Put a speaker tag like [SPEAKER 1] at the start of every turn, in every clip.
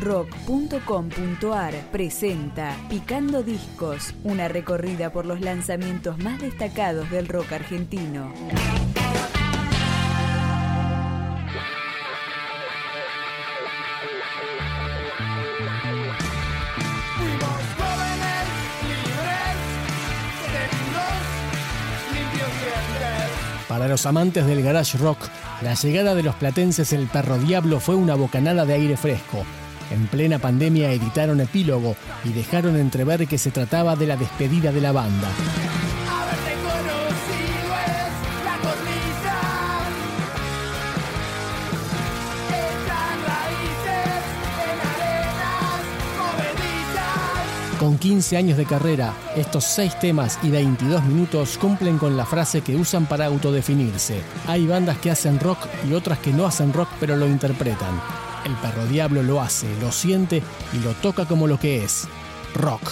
[SPEAKER 1] garagerack.com.ar presenta Picando Discos, una recorrida por los lanzamientos más destacados del rock argentino.
[SPEAKER 2] Para los amantes del garage rock, la llegada de los platenses El Perro Diablo fue una bocanada de aire fresco. En plena pandemia editaron Epílogo y dejaron entrever que se trataba de la despedida de la banda. Con 15 años de carrera, estos 6 temas y 22 minutos cumplen con la frase que usan para autodefinirse. Hay bandas que hacen rock y otras que no hacen rock pero lo interpretan. El Perro Diablo lo hace, lo siente y lo toca como lo que es: rock.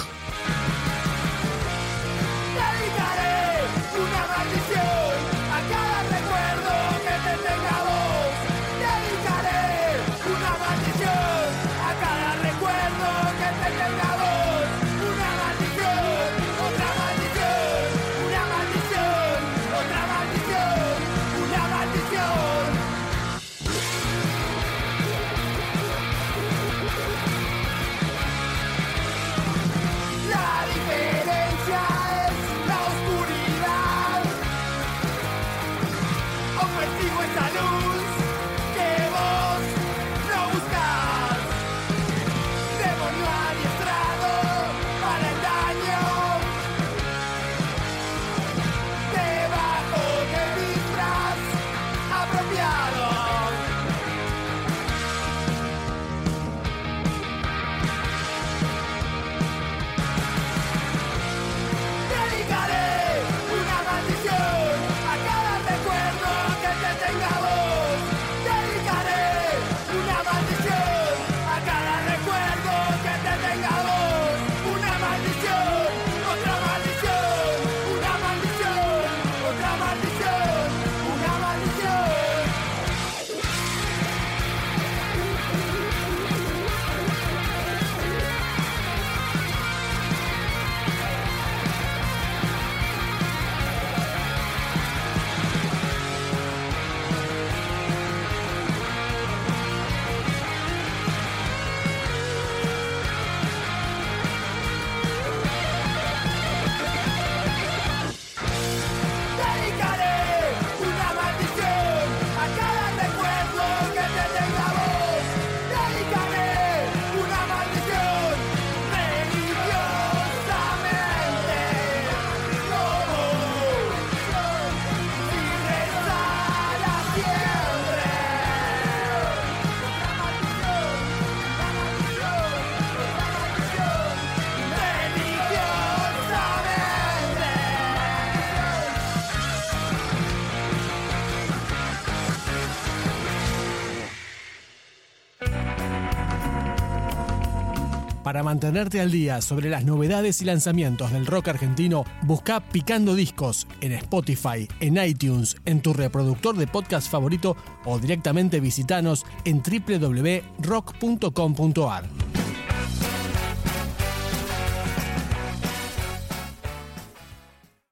[SPEAKER 2] Para mantenerte al día sobre las novedades y lanzamientos del rock argentino, busca Picando Discos en Spotify, en iTunes, en tu reproductor de podcast favorito o directamente visitanos en www.rock.com.ar.